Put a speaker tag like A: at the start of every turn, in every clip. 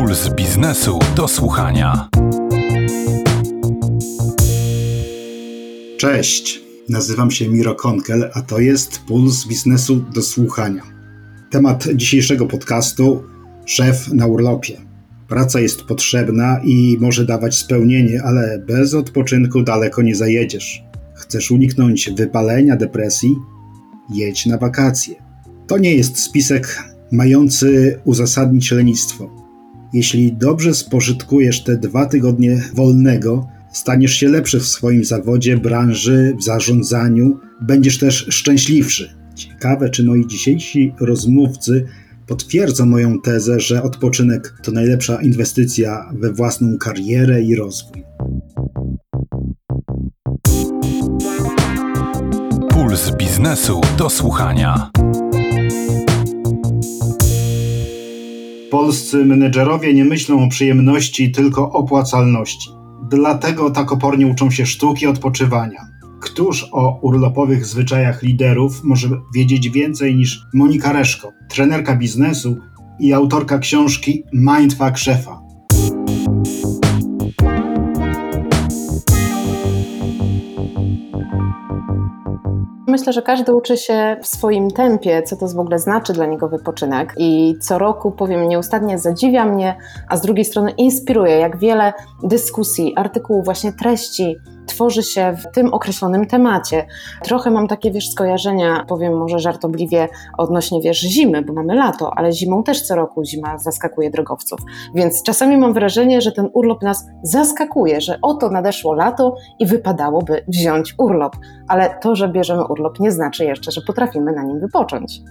A: Puls biznesu do słuchania.
B: Cześć, nazywam się Miro Konkel, a to jest Puls biznesu do słuchania. Temat dzisiejszego podcastu: szef na urlopie. Praca jest potrzebna i może dawać spełnienie, ale bez odpoczynku daleko nie zajedziesz. Chcesz uniknąć wypalenia, depresji? Jedź na wakacje. To nie jest spisek mający uzasadnić lenistwo. Jeśli dobrze spożytkujesz te 2 tygodnie wolnego, staniesz się lepszy w swoim zawodzie, branży, w zarządzaniu. Będziesz też szczęśliwszy. Ciekawe, czy moi dzisiejsi rozmówcy potwierdzą moją tezę, że odpoczynek to najlepsza inwestycja we własną karierę i rozwój.
A: Puls biznesu do słuchania.
B: Polscy menedżerowie nie myślą o przyjemności, tylko o opłacalności. Dlatego tak opornie uczą się sztuki odpoczywania. Któż o urlopowych zwyczajach liderów może wiedzieć więcej niż Monika Reszko, trenerka biznesu i autorka książki Mindfuck szefa.
C: Myślę, że każdy uczy się w swoim tempie, co to w ogóle znaczy dla niego wypoczynek, i co roku, powiem, nieustannie zadziwia mnie, a z drugiej strony inspiruje, jak wiele dyskusji, artykułów, właśnie treści tworzy się w tym określonym temacie. Trochę mam takie, skojarzenia, powiem może żartobliwie, odnośnie, zimy, bo mamy lato, ale zimą też co roku zima zaskakuje drogowców. Więc czasami mam wrażenie, że ten urlop nas zaskakuje, że oto nadeszło lato i wypadałoby wziąć urlop. Ale to, że bierzemy urlop, nie znaczy jeszcze, że potrafimy na nim wypocząć.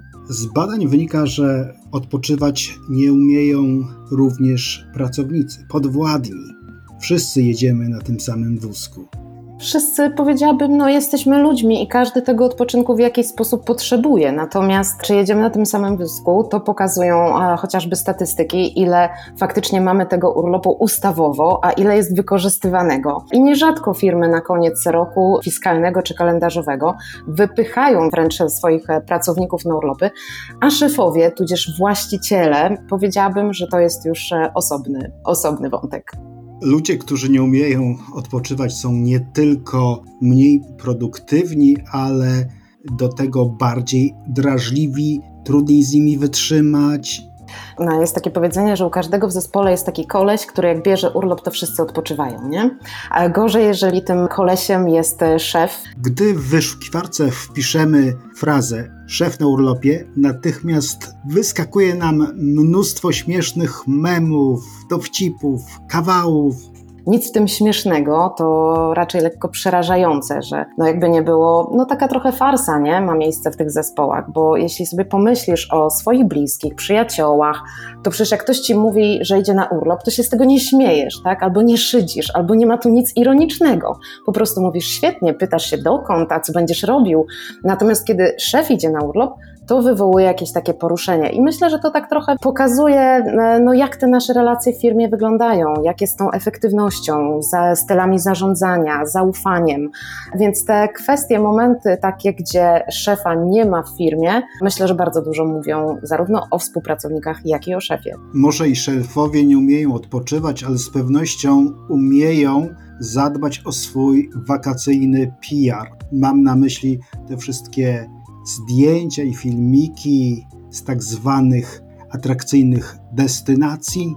B: Z badań wynika, że odpoczywać nie umieją również pracownicy, podwładni. Wszyscy jedziemy na tym samym wózku.
C: Wszyscy, powiedziałabym, jesteśmy ludźmi i każdy tego odpoczynku w jakiś sposób potrzebuje. Natomiast czy jedziemy na tym samym wózku, to pokazują chociażby statystyki, ile faktycznie mamy tego urlopu ustawowo, a ile jest wykorzystywanego. I nierzadko firmy na koniec roku fiskalnego czy kalendarzowego wypychają wręcz swoich pracowników na urlopy, a szefowie, tudzież właściciele, powiedziałabym, że to jest już osobny wątek.
B: Ludzie, którzy nie umieją odpoczywać, są nie tylko mniej produktywni, ale do tego bardziej drażliwi, trudniej z nimi wytrzymać.
C: Jest takie powiedzenie, że u każdego w zespole jest taki koleś, który jak bierze urlop, to wszyscy odpoczywają, nie? A gorzej, jeżeli tym kolesiem jest szef.
B: Gdy w wyszukiwarce wpiszemy frazę szef na urlopie, natychmiast wyskakuje nam mnóstwo śmiesznych memów, dowcipów, kawałów.
C: Nic w tym śmiesznego, to raczej lekko przerażające, że jakby nie było, taka trochę farsa, nie? Ma miejsce w tych zespołach, bo jeśli sobie pomyślisz o swoich bliskich, przyjaciołach, to przecież jak ktoś ci mówi, że idzie na urlop, to się z tego nie śmiejesz, tak? Albo nie szydzisz, albo nie ma tu nic ironicznego. Po prostu mówisz świetnie, pytasz się dokąd, a co będziesz robił. Natomiast kiedy szef idzie na urlop, to wywołuje jakieś takie poruszenie. I myślę, że to tak trochę pokazuje, jak te nasze relacje w firmie wyglądają, jak jest tą efektywnością, stylami zarządzania, zaufaniem. Więc te kwestie, momenty takie, gdzie szefa nie ma w firmie, myślę, że bardzo dużo mówią zarówno o współpracownikach, jak i o szefie.
B: Może i szefowie nie umieją odpoczywać, ale z pewnością umieją zadbać o swój wakacyjny PR. Mam na myśli te wszystkie zdjęcia i filmiki z tak zwanych atrakcyjnych destynacji,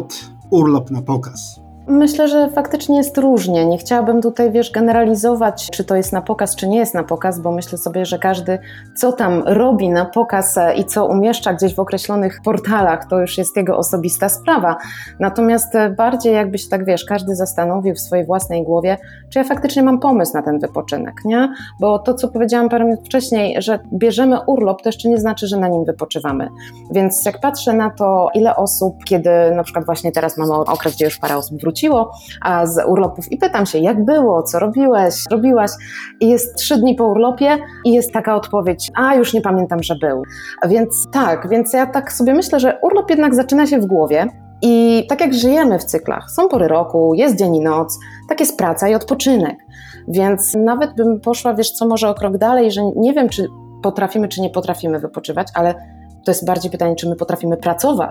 B: urlop na pokaz.
C: Myślę, że faktycznie jest różnie. Nie chciałabym tutaj, generalizować, czy to jest na pokaz, czy nie jest na pokaz, bo myślę sobie, że każdy, co tam robi na pokaz i co umieszcza gdzieś w określonych portalach, to już jest jego osobista sprawa. Natomiast bardziej jakby się każdy zastanowił w swojej własnej głowie, czy ja faktycznie mam pomysł na ten wypoczynek, nie? Bo to, co powiedziałam parę minut wcześniej, że bierzemy urlop, to jeszcze nie znaczy, że na nim wypoczywamy. Więc jak patrzę na to, ile osób, kiedy na przykład właśnie teraz mamy okres, gdzie już parę osób wróciło z urlopów i pytam się, jak było, co robiłaś, i jest 3 dni po urlopie i jest taka odpowiedź, już nie pamiętam, że był. Więc ja tak sobie myślę, że urlop jednak zaczyna się w głowie. I tak jak żyjemy w cyklach, są pory roku, jest dzień i noc, tak jest praca i odpoczynek. Więc nawet bym poszła, może o krok dalej, że nie wiem, czy potrafimy, czy nie potrafimy wypoczywać, ale to jest bardziej pytanie, czy my potrafimy pracować.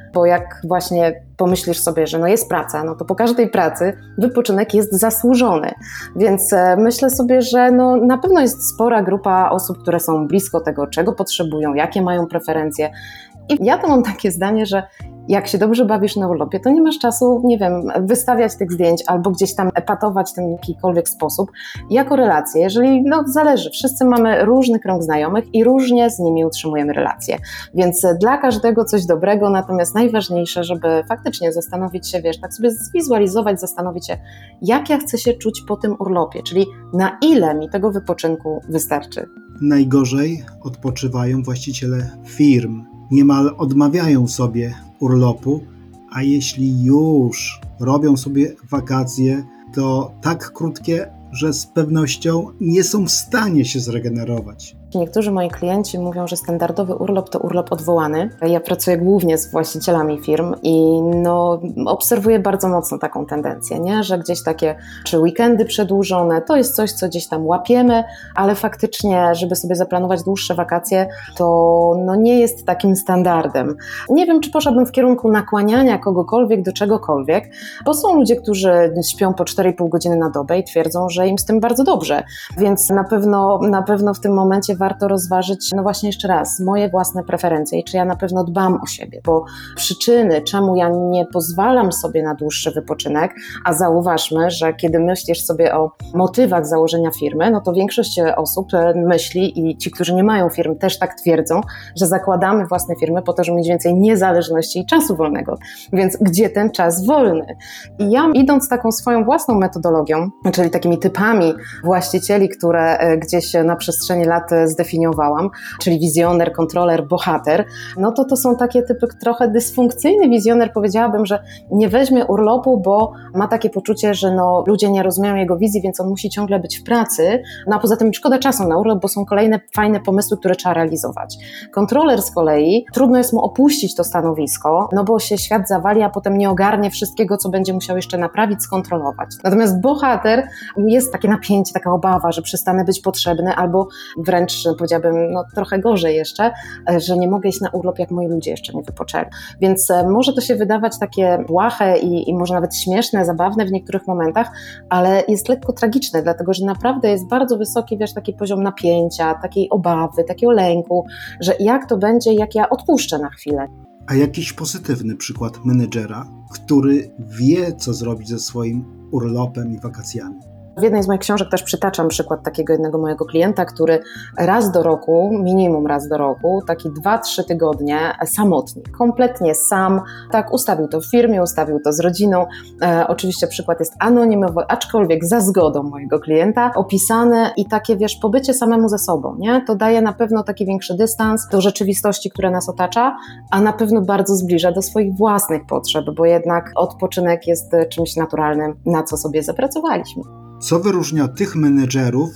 C: bo jak właśnie pomyślisz sobie, że jest praca, to po każdej pracy wypoczynek jest zasłużony. Więc myślę sobie, że na pewno jest spora grupa osób, które są blisko tego, czego potrzebują, jakie mają preferencje. I ja to mam takie zdanie, że jak się dobrze bawisz na urlopie, to nie masz czasu, wystawiać tych zdjęć albo gdzieś tam epatować tym w jakikolwiek sposób. Jako relacje, jeżeli, zależy, wszyscy mamy różny krąg znajomych i różnie z nimi utrzymujemy relacje. Więc dla każdego coś dobrego, natomiast najważniejsze, żeby faktycznie zastanowić się, tak sobie zwizualizować, zastanowić się, jak ja chcę się czuć po tym urlopie, czyli na ile mi tego wypoczynku wystarczy.
B: Najgorzej odpoczywają właściciele firm. Niemal odmawiają sobie urlopu, a jeśli już robią sobie wakacje, to tak krótkie, że z pewnością nie są w stanie się zregenerować.
C: Niektórzy moi klienci mówią, że standardowy urlop to urlop odwołany. Ja pracuję głównie z właścicielami firm i obserwuję bardzo mocno taką tendencję, że gdzieś takie czy weekendy przedłużone, to jest coś, co gdzieś tam łapiemy, ale faktycznie, żeby sobie zaplanować dłuższe wakacje, to nie jest takim standardem. Nie wiem, czy poszłabym w kierunku nakłaniania kogokolwiek do czegokolwiek, bo są ludzie, którzy śpią po 4,5 godziny na dobę i twierdzą, że im z tym bardzo dobrze, więc na pewno w tym momencie warto rozważyć, właśnie jeszcze raz, moje własne preferencje i czy ja na pewno dbam o siebie, bo przyczyny, czemu ja nie pozwalam sobie na dłuższy wypoczynek, a zauważmy, że kiedy myślisz sobie o motywach założenia firmy, to większość osób myśli i ci, którzy nie mają firm też tak twierdzą, że zakładamy własne firmy po to, żeby mieć więcej niezależności i czasu wolnego, więc gdzie ten czas wolny? I ja idąc taką swoją własną metodologią, czyli takimi typami właścicieli, które gdzieś na przestrzeni lat zdefiniowałam, czyli wizjoner, kontroler, bohater, to są takie typy, trochę dysfunkcyjny wizjoner, powiedziałabym, że nie weźmie urlopu, bo ma takie poczucie, że ludzie nie rozumieją jego wizji, więc on musi ciągle być w pracy, a poza tym szkoda czasu na urlop, bo są kolejne fajne pomysły, które trzeba realizować. Kontroler z kolei, trudno jest mu opuścić to stanowisko, bo się świat zawali, a potem nie ogarnie wszystkiego, co będzie musiał jeszcze naprawić, skontrolować. Natomiast bohater, jest takie napięcie, taka obawa, że przestanę być potrzebny, albo wręcz powiedziałabym, trochę gorzej jeszcze, że nie mogę iść na urlop, jak moi ludzie jeszcze nie wypoczęli. Więc może to się wydawać takie błahe i może nawet śmieszne, zabawne w niektórych momentach, ale jest lekko tragiczne, dlatego że naprawdę jest bardzo wysoki, taki poziom napięcia, takiej obawy, takiego lęku, że jak to będzie, jak ja odpuszczę na chwilę.
B: A jakiś pozytywny przykład menedżera, który wie, co zrobić ze swoim urlopem i wakacjami?
C: W jednej z moich książek też przytaczam przykład takiego jednego mojego klienta, który raz do roku, minimum raz do roku, taki 2-3 tygodnie samotnie, kompletnie sam, tak ustawił to w firmie, ustawił to z rodziną. Oczywiście przykład jest anonimowy, aczkolwiek za zgodą mojego klienta opisane i takie, pobycie samemu ze sobą, nie? To daje na pewno taki większy dystans do rzeczywistości, która nas otacza, a na pewno bardzo zbliża do swoich własnych potrzeb, bo jednak odpoczynek jest czymś naturalnym, na co sobie zapracowaliśmy.
B: Co wyróżnia tych menedżerów,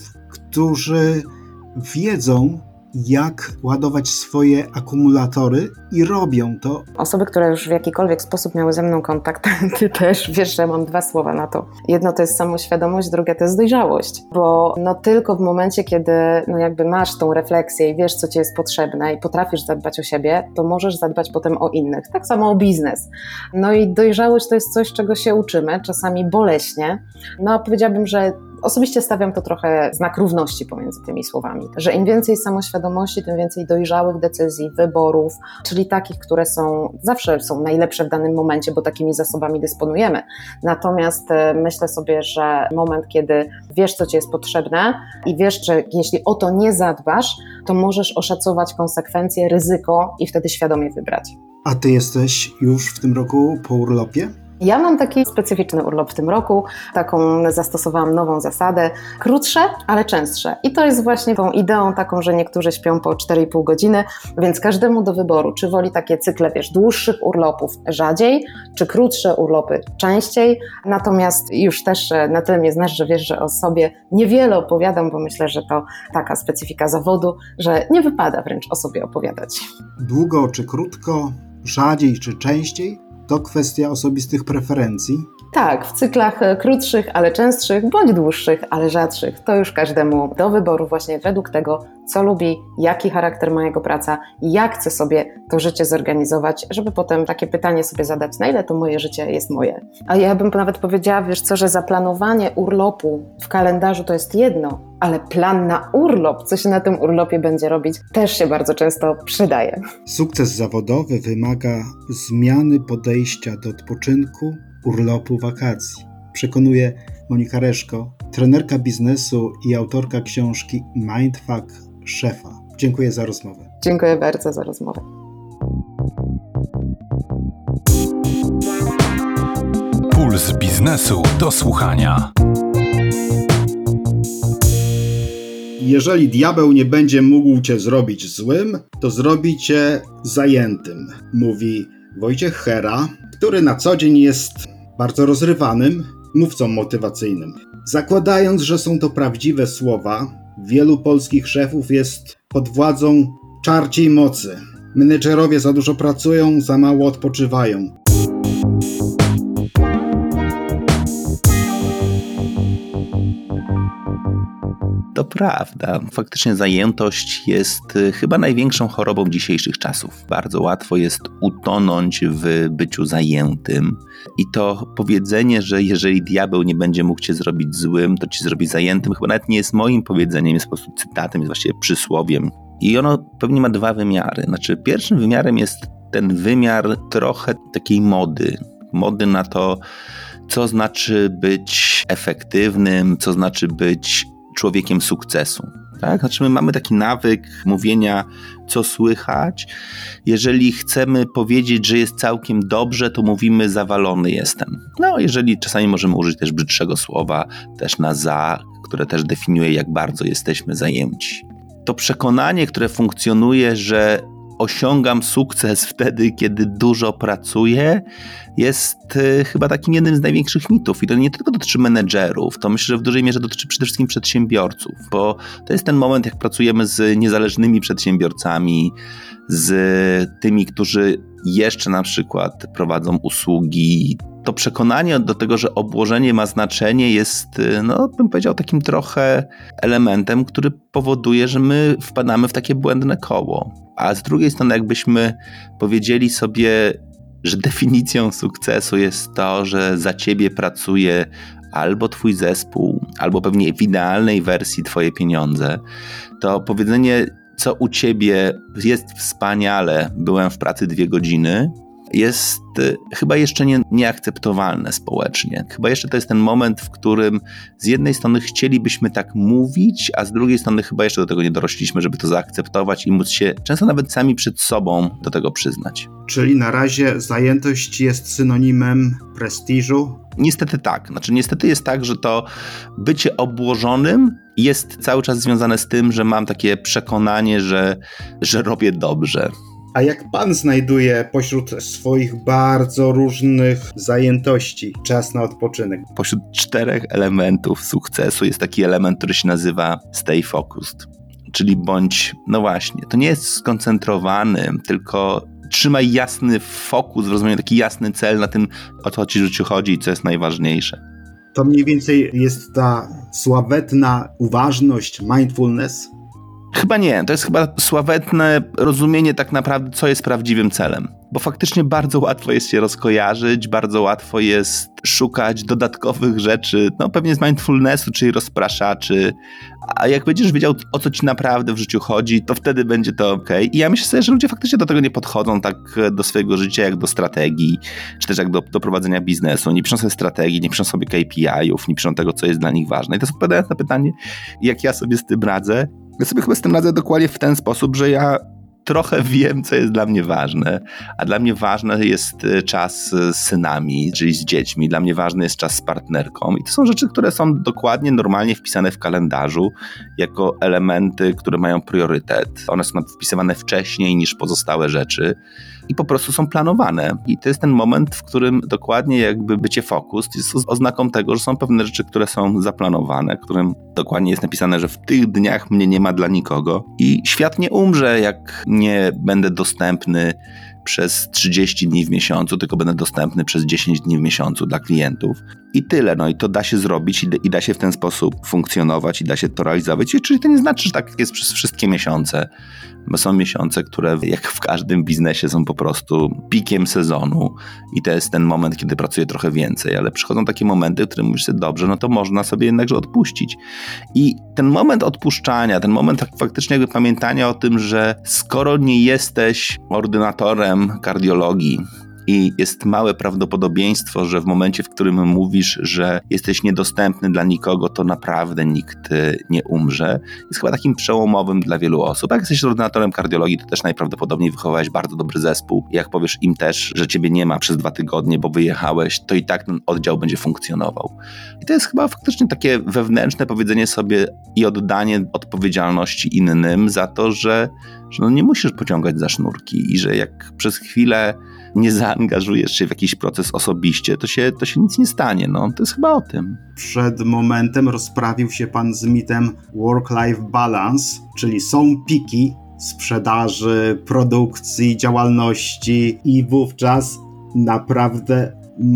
B: którzy wiedzą, jak ładować swoje akumulatory i robią to?
C: Osoby, które już w jakikolwiek sposób miały ze mną kontakt, ty też wiesz, że mam 2 słowa na to. Jedno to jest samoświadomość, drugie to jest dojrzałość, bo tylko w momencie, kiedy jakby masz tą refleksję i wiesz, co ci jest potrzebne i potrafisz zadbać o siebie, to możesz zadbać potem o innych. Tak samo o biznes. I dojrzałość to jest coś, czego się uczymy, czasami boleśnie. A powiedziałabym, że osobiście stawiam to trochę znak równości pomiędzy tymi słowami, że im więcej samoświadomości, tym więcej dojrzałych decyzji, wyborów, czyli takich, które zawsze są najlepsze w danym momencie, bo takimi zasobami dysponujemy. Natomiast myślę sobie, że moment, kiedy wiesz, co ci jest potrzebne i wiesz, że jeśli o to nie zadbasz, to możesz oszacować konsekwencje, ryzyko i wtedy świadomie wybrać.
B: A ty jesteś już w tym roku po urlopie?
C: Ja mam taki specyficzny urlop w tym roku, zastosowałam nową zasadę, krótsze, ale częstsze. I to jest właśnie tą ideą taką, że niektórzy śpią po 4,5 godziny, więc każdemu do wyboru, czy woli takie cykle, dłuższych urlopów rzadziej, czy krótsze urlopy częściej. Natomiast już też na tyle mnie znasz, że wiesz, że o sobie niewiele opowiadam, bo myślę, że to taka specyfika zawodu, że nie wypada wręcz o sobie opowiadać.
B: Długo czy krótko, rzadziej czy częściej? To kwestia osobistych preferencji.
C: Tak, w cyklach krótszych, ale częstszych, bądź dłuższych, ale rzadszych. To już każdemu do wyboru właśnie według tego, co lubi, jaki charakter ma jego praca, jak chce sobie to życie zorganizować, żeby potem takie pytanie sobie zadać, na ile to moje życie jest moje. A ja bym nawet powiedziała, wiesz co, że zaplanowanie urlopu w kalendarzu to jest jedno, ale plan na urlop, co się na tym urlopie będzie robić, też się bardzo często przydaje.
B: Sukces zawodowy wymaga zmiany podejścia do odpoczynku, urlopu, wakacji. Przekonuje Monika Reszko, trenerka biznesu i autorka książki Mindfuck szefa. Dziękuję za rozmowę.
C: Dziękuję bardzo za rozmowę.
A: Puls biznesu do słuchania.
B: Jeżeli diabeł nie będzie mógł cię zrobić złym, to zrobi cię zajętym, mówi Wojciech Hera, który na co dzień jest bardzo rozrywanym mówcą motywacyjnym. Zakładając, że są to prawdziwe słowa, wielu polskich szefów jest pod władzą czarciej mocy. Menedżerowie za dużo pracują, za mało odpoczywają.
D: To prawda. Faktycznie zajętość jest chyba największą chorobą dzisiejszych czasów. Bardzo łatwo jest utonąć w byciu zajętym. I to powiedzenie, że jeżeli diabeł nie będzie mógł cię zrobić złym, to cię zrobi zajętym, chyba nawet nie jest moim powiedzeniem, jest po prostu cytatem, jest właściwie przysłowiem. I ono pewnie ma dwa wymiary. Znaczy, pierwszym wymiarem jest ten wymiar trochę takiej mody. Mody na to, co znaczy być efektywnym, co znaczy być człowiekiem sukcesu. Tak? Znaczy my mamy taki nawyk mówienia, co słychać. Jeżeli chcemy powiedzieć, że jest całkiem dobrze, to mówimy zawalony jestem. No, jeżeli czasami możemy użyć też brzydszego słowa, też na za, które też definiuje, jak bardzo jesteśmy zajęci. To przekonanie, które funkcjonuje, że osiągam sukces wtedy, kiedy dużo pracuję, jest chyba takim jednym z największych mitów. I to nie tylko dotyczy menedżerów, to myślę, że w dużej mierze dotyczy przede wszystkim przedsiębiorców, bo to jest ten moment, jak pracujemy z niezależnymi przedsiębiorcami, z tymi, którzy jeszcze na przykład prowadzą usługi. To przekonanie do tego, że obłożenie ma znaczenie, jest, no bym powiedział, takim trochę elementem, który powoduje, że my wpadamy w takie błędne koło. A z drugiej strony, jakbyśmy powiedzieli sobie, że definicją sukcesu jest to, że za ciebie pracuje albo twój zespół, albo pewnie w idealnej wersji twoje pieniądze, to powiedzenie, co u ciebie jest wspaniale, byłem w pracy 2 godziny, jest chyba jeszcze nieakceptowalne społecznie. Chyba jeszcze to jest ten moment, w którym z jednej strony chcielibyśmy tak mówić, a z drugiej strony chyba jeszcze do tego nie dorośliśmy, żeby to zaakceptować i móc się często nawet sami przed sobą do tego przyznać.
B: Czyli na razie zajętość jest synonimem prestiżu?
D: Niestety tak. Znaczy niestety jest tak, że to bycie obłożonym jest cały czas związane z tym, że mam takie przekonanie, że robię dobrze.
B: A jak pan znajduje pośród swoich bardzo różnych zajętości czas na odpoczynek?
D: Pośród 4 elementów sukcesu jest taki element, który się nazywa stay focused. Czyli bądź, no właśnie, to nie jest skoncentrowany, tylko trzymaj jasny fokus, w rozumieniu taki jasny cel na tym, o co ci w życiu chodzi i co jest najważniejsze.
B: To mniej więcej jest ta sławetna uważność, mindfulness?
D: Chyba nie. To jest chyba sławetne rozumienie tak naprawdę, co jest prawdziwym celem. Bo faktycznie bardzo łatwo jest się rozkojarzyć, bardzo łatwo jest szukać dodatkowych rzeczy, no pewnie z mindfulnessu, czyli rozpraszaczy. A jak będziesz wiedział, o co ci naprawdę w życiu chodzi, to wtedy będzie to okej. I ja myślę sobie, że ludzie faktycznie do tego nie podchodzą tak do swojego życia, jak do strategii, czy też jak do prowadzenia biznesu. Nie piszą sobie strategii, nie piszą sobie KPI-ów, nie piszą tego, co jest dla nich ważne. I to odpowiadając na pytanie, jak ja sobie z tym radzę, ja sobie chyba z tym radzę dokładnie w ten sposób, że ja trochę wiem, co jest dla mnie ważne, a dla mnie ważny jest czas z synami, czyli z dziećmi. Dla mnie ważny jest czas z partnerką i to są rzeczy, które są dokładnie, normalnie wpisane w kalendarzu jako elementy, które mają priorytet. One są wpisywane wcześniej niż pozostałe rzeczy i po prostu są planowane. I to jest ten moment, w którym dokładnie jakby bycie fokus jest oznaką tego, że są pewne rzeczy, które są zaplanowane, którym dokładnie jest napisane, że w tych dniach mnie nie ma dla nikogo i świat nie umrze, jak nie będę dostępny przez 30 dni w miesiącu, tylko będę dostępny przez 10 dni w miesiącu dla klientów. I tyle, no i to da się zrobić i da się w ten sposób funkcjonować i da się to realizować. Czyli to nie znaczy, że tak jest przez wszystkie miesiące, bo są miesiące, które jak w każdym biznesie są po prostu pikiem sezonu i to jest ten moment, kiedy pracuję trochę więcej, ale przychodzą takie momenty, w których mówisz sobie, dobrze, no to można sobie jednakże odpuścić. I ten moment odpuszczania, ten moment faktycznie jakby pamiętania o tym, że skoro nie jesteś ordynatorem kardiologii, i jest małe prawdopodobieństwo, że w momencie, w którym mówisz, że jesteś niedostępny dla nikogo, to naprawdę nikt nie umrze. Jest chyba takim przełomowym dla wielu osób. Jak jesteś ordynatorem kardiologii, to też najprawdopodobniej wychowałeś bardzo dobry zespół. Jak powiesz im też, że ciebie nie ma przez 2 tygodnie, bo wyjechałeś, to i tak ten oddział będzie funkcjonował. I to jest chyba faktycznie takie wewnętrzne powiedzenie sobie i oddanie odpowiedzialności innym za to, że no nie musisz pociągać za sznurki i że jak przez chwilę nie zaangażujesz się w jakiś proces osobiście, to się nic nie stanie. No, to jest chyba o tym.
B: Przed momentem rozprawił się pan z mitem work-life balance, czyli są piki sprzedaży, produkcji, działalności i wówczas naprawdę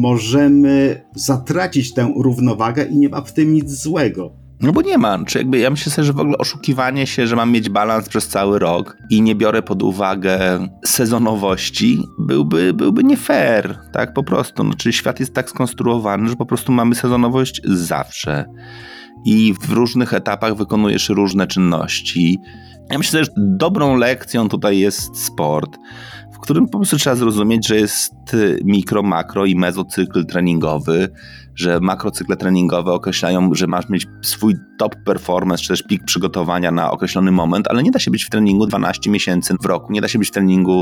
B: możemy zatracić tę równowagę i nie ma w tym nic złego.
D: No bo nie ma. Czy jakby ja myślę sobie, że w ogóle oszukiwanie się, że mam mieć balans przez cały rok i nie biorę pod uwagę sezonowości, byłby nie fair, tak po prostu. No, czyli świat jest tak skonstruowany, że po prostu mamy sezonowość zawsze i w różnych etapach wykonujesz różne czynności. Ja myślę, że dobrą lekcją tutaj jest sport, w którym po prostu trzeba zrozumieć, że jest mikro, makro i mezocykl treningowy, że makrocykle treningowe określają, że masz mieć swój top performance, czy też pik przygotowania na określony moment, ale nie da się być w treningu 12 miesięcy w roku, nie da się być w treningu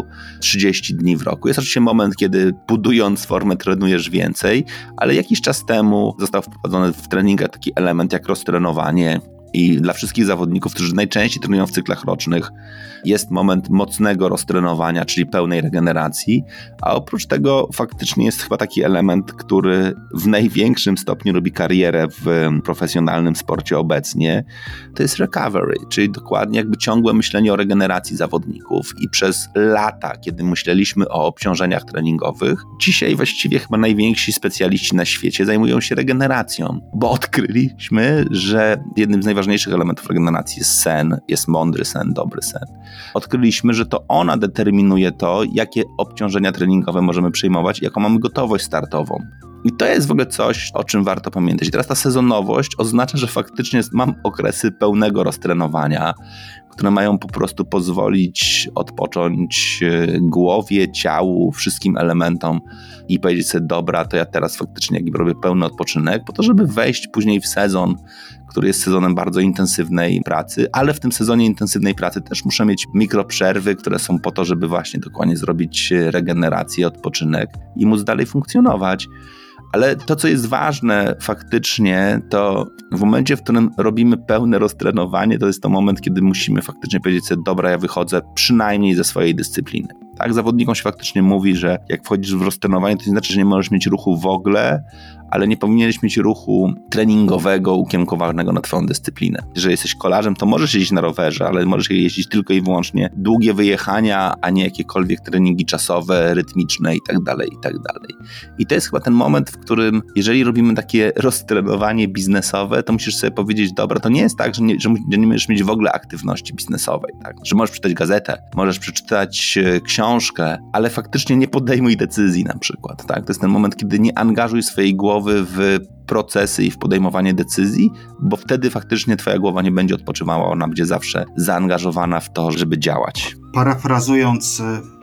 D: 30 dni w roku. Jest oczywiście moment, kiedy budując formę trenujesz więcej, ale jakiś czas temu został wprowadzony w treningach taki element jak roztrenowanie. I dla wszystkich zawodników, którzy najczęściej trenują w cyklach rocznych, jest moment mocnego roztrenowania, czyli pełnej regeneracji, a oprócz tego faktycznie jest chyba taki element, który w największym stopniu robi karierę w profesjonalnym sporcie obecnie, to jest recovery, czyli dokładnie jakby ciągłe myślenie o regeneracji zawodników i przez lata, kiedy myśleliśmy o obciążeniach treningowych, dzisiaj właściwie chyba najwięksi specjaliści na świecie zajmują się regeneracją, bo odkryliśmy, że jednym z najważniejszych elementów regeneracji jest sen, jest mądry sen, dobry sen. Odkryliśmy, że to ona determinuje to, jakie obciążenia treningowe możemy przyjmować i jaką mamy gotowość startową. I to jest w ogóle coś, o czym warto pamiętać. I teraz ta sezonowość oznacza, że faktycznie mam okresy pełnego roztrenowania, które mają po prostu pozwolić odpocząć głowie, ciału, wszystkim elementom i powiedzieć sobie, dobra, to ja teraz faktycznie jakby robię pełny odpoczynek, po to, żeby wejść później w sezon, który jest sezonem bardzo intensywnej pracy, ale w tym sezonie intensywnej pracy też muszę mieć mikroprzerwy, które są po to, żeby właśnie dokładnie zrobić regenerację, odpoczynek i móc dalej funkcjonować. Ale to, co jest ważne faktycznie, to w momencie, w którym robimy pełne roztrenowanie, to jest to moment, kiedy musimy faktycznie powiedzieć sobie, dobra, ja wychodzę przynajmniej ze swojej dyscypliny. Tak, zawodnikom się faktycznie mówi, że jak wchodzisz w roztrenowanie, to nie znaczy, że nie możesz mieć ruchu w ogóle, ale nie powinieneś mieć ruchu treningowego, ukierunkowanego na twoją dyscyplinę. Jeżeli jesteś kolarzem, to możesz jeździć na rowerze, ale możesz jeździć tylko i wyłącznie długie wyjechania, a nie jakiekolwiek treningi czasowe, rytmiczne i tak dalej, i tak dalej. I to jest chyba ten moment, w którym jeżeli robimy takie roztrenowanie biznesowe, to musisz sobie powiedzieć, dobra, to nie jest tak, że nie możesz mieć w ogóle aktywności biznesowej, tak? Że możesz przeczytać gazetę, możesz przeczytać książkę, ale faktycznie nie podejmuj decyzji na przykład, tak? To jest ten moment, kiedy nie angażuj swojej głowy w procesy i w podejmowanie decyzji, bo wtedy faktycznie twoja głowa nie będzie odpoczywała, ona będzie zawsze zaangażowana w to, żeby działać.
B: Parafrazując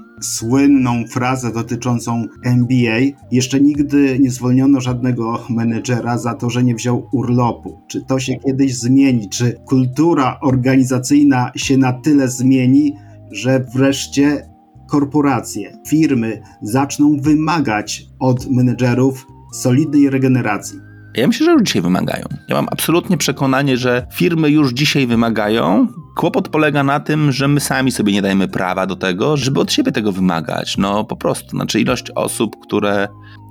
B: słynną frazę dotyczącą MBA, jeszcze nigdy nie zwolniono żadnego menedżera za to, że nie wziął urlopu. Czy to się kiedyś zmieni? Czy kultura organizacyjna się na tyle zmieni, że wreszcie korporacje, firmy zaczną wymagać od menedżerów solidnej regeneracji?
D: Ja myślę, że już dzisiaj wymagają. Ja mam absolutnie przekonanie, że firmy już dzisiaj wymagają. Kłopot polega na tym, że my sami sobie nie dajemy prawa do tego, żeby od siebie tego wymagać. No po prostu. Znaczy ilość osób, które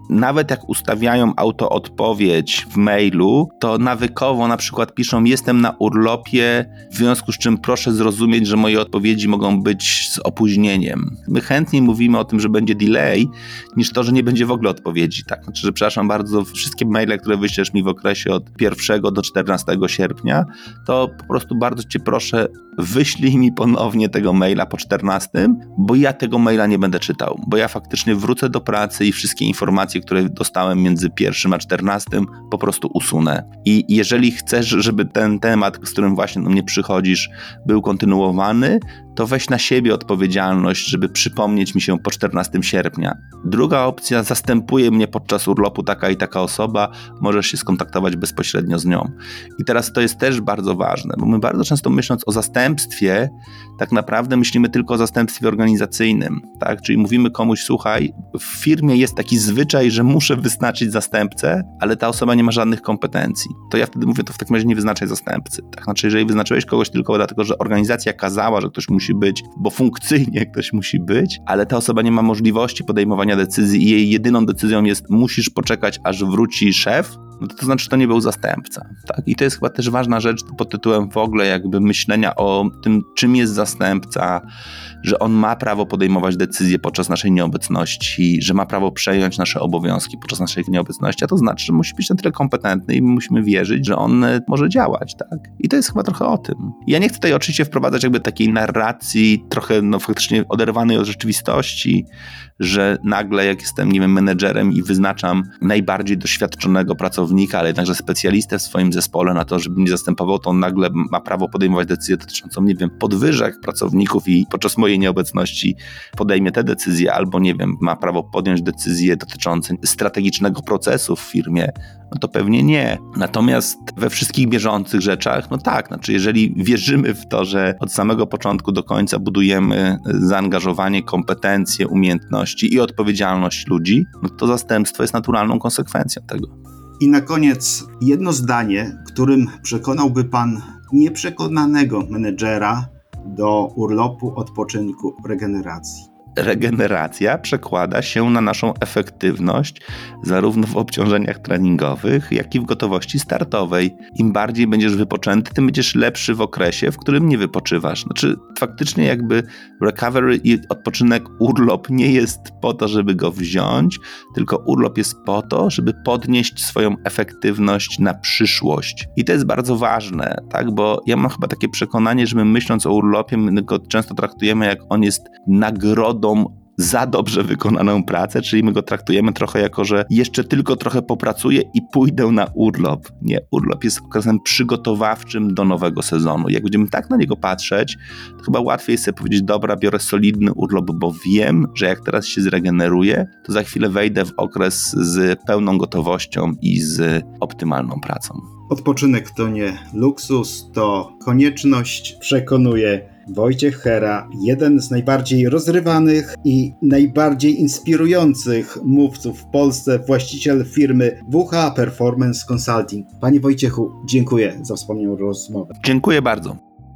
D: nawet jak ustawiają autoodpowiedź w mailu, to nawykowo na przykład piszą: jestem na urlopie, w związku z czym proszę zrozumieć, że moje odpowiedzi mogą być z opóźnieniem. My chętniej mówimy o tym, że będzie delay, niż to, że nie będzie w ogóle odpowiedzi. Tak? Znaczy, że przepraszam bardzo, wszystkie maile, które wyślesz mi w okresie od 1 do 14 sierpnia, to po prostu bardzo cię proszę, wyślij mi ponownie tego maila po 14, bo ja tego maila nie będę czytał, bo ja faktycznie wrócę do pracy i wszystkie informacje, które dostałem między 1 a 14, po prostu usunę. I jeżeli chcesz, żeby ten temat, z którym właśnie do mnie przychodzisz, był kontynuowany, to weź na siebie odpowiedzialność, żeby przypomnieć mi się po 14 sierpnia. Druga opcja: zastępuje mnie podczas urlopu taka i taka osoba, możesz się skontaktować bezpośrednio z nią. I teraz to jest też bardzo ważne, bo my bardzo często, myśląc o zastępstwie, tak naprawdę myślimy tylko o zastępstwie organizacyjnym, tak? Czyli mówimy komuś: słuchaj, w firmie jest taki zwyczaj, że muszę wyznaczyć zastępcę, ale ta osoba nie ma żadnych kompetencji. To ja wtedy mówię: to w takim razie nie wyznaczaj zastępcy. Tak? Znaczy, jeżeli wyznaczyłeś kogoś tylko dlatego, że organizacja kazała, że ktoś musi być, bo funkcyjnie ktoś musi być, ale ta osoba nie ma możliwości podejmowania decyzji i jej jedyną decyzją jest: musisz poczekać, aż wróci szef, no to znaczy, że to nie był zastępca. Tak? I to jest chyba też ważna rzecz pod tytułem w ogóle jakby myślenia o tym, czym jest zastępca, że on ma prawo podejmować decyzje podczas naszej nieobecności, że ma prawo przejąć nasze obowiązki podczas naszej nieobecności, a to znaczy, że musi być na tyle kompetentny i my musimy wierzyć, że on może działać. Tak? I to jest chyba trochę o tym. Ja nie chcę tutaj oczywiście wprowadzać jakby takiej narracji trochę faktycznie oderwanej od rzeczywistości, że nagle jak jestem, nie wiem, menedżerem i wyznaczam najbardziej doświadczonego pracownika, ale jednakże specjalistę w swoim zespole na to, żeby mnie zastępował, to on nagle ma prawo podejmować decyzję dotyczącą, nie wiem, podwyżek pracowników i podczas mojej nieobecności podejmie te decyzje, albo nie wiem, ma prawo podjąć decyzje dotyczące strategicznego procesu w firmie, no to pewnie nie. Natomiast we wszystkich bieżących rzeczach, no tak, znaczy jeżeli wierzymy w to, że od samego początku do końca budujemy zaangażowanie, kompetencje, umiejętności i odpowiedzialność ludzi, no to zastępstwo jest naturalną konsekwencją tego.
B: I na koniec jedno zdanie, którym przekonałby pan nieprzekonanego menedżera do urlopu, odpoczynku, regeneracji.
D: Regeneracja przekłada się na naszą efektywność zarówno w obciążeniach treningowych, jak i w gotowości startowej. Im bardziej będziesz wypoczęty, tym będziesz lepszy w okresie, w którym nie wypoczywasz. Znaczy faktycznie jakby recovery i odpoczynek, urlop nie jest po to, żeby go wziąć, tylko urlop jest po to, żeby podnieść swoją efektywność na przyszłość. I to jest bardzo ważne, tak? Bo ja mam chyba takie przekonanie, że my myśląc o urlopie, my go często traktujemy jak on jest nagrodą za dobrze wykonaną pracę, czyli my go traktujemy trochę jako, że jeszcze tylko trochę popracuję i pójdę na urlop. Nie, urlop jest okresem przygotowawczym do nowego sezonu. Jak będziemy tak na niego patrzeć, to chyba łatwiej jest sobie powiedzieć: dobra, biorę solidny urlop, bo wiem, że jak teraz się zregeneruję, to za chwilę wejdę w okres z pełną gotowością i z optymalną pracą.
B: Odpoczynek to nie luksus, to konieczność, przekonuje Wojciech Hera, jeden z najbardziej rozrywanych i najbardziej inspirujących mówców w Polsce, właściciel firmy WH Performance Consulting. Panie Wojciechu, dziękuję za wspomnianą rozmowę.
D: Dziękuję bardzo.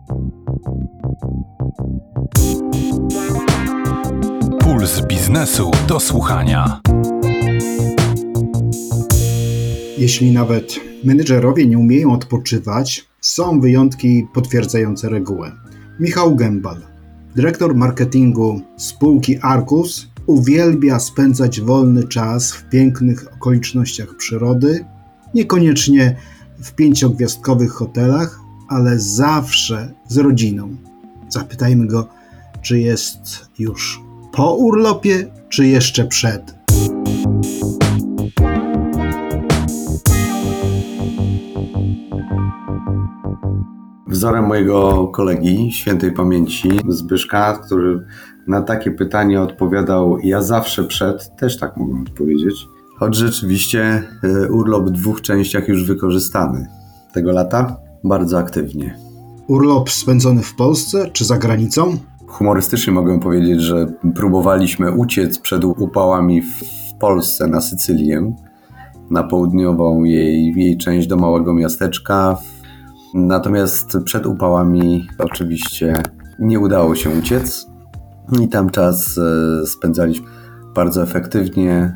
A: Puls biznesu do słuchania.
B: Jeśli nawet menedżerowie nie umieją odpoczywać, są wyjątki potwierdzające regułę. Michał Gębal, dyrektor marketingu spółki Arcus, uwielbia spędzać wolny czas w pięknych okolicznościach przyrody, niekoniecznie w 5-gwiazdkowych hotelach, ale zawsze z rodziną. Zapytajmy go, czy jest już po urlopie, czy jeszcze przed.
E: Wzorem mojego kolegi, świętej pamięci, Zbyszka, który na takie pytanie odpowiadał: ja zawsze przed, też tak mogę odpowiedzieć. Choć rzeczywiście urlop w 2 częściach już wykorzystany. Tego lata bardzo aktywnie.
B: Urlop spędzony w Polsce czy za granicą?
E: Humorystycznie mogę powiedzieć, że próbowaliśmy uciec przed upałami w Polsce na Sycylię, na południową jej część do małego miasteczka. Natomiast przed upałami oczywiście nie udało się uciec i tam czas spędzaliśmy bardzo efektywnie.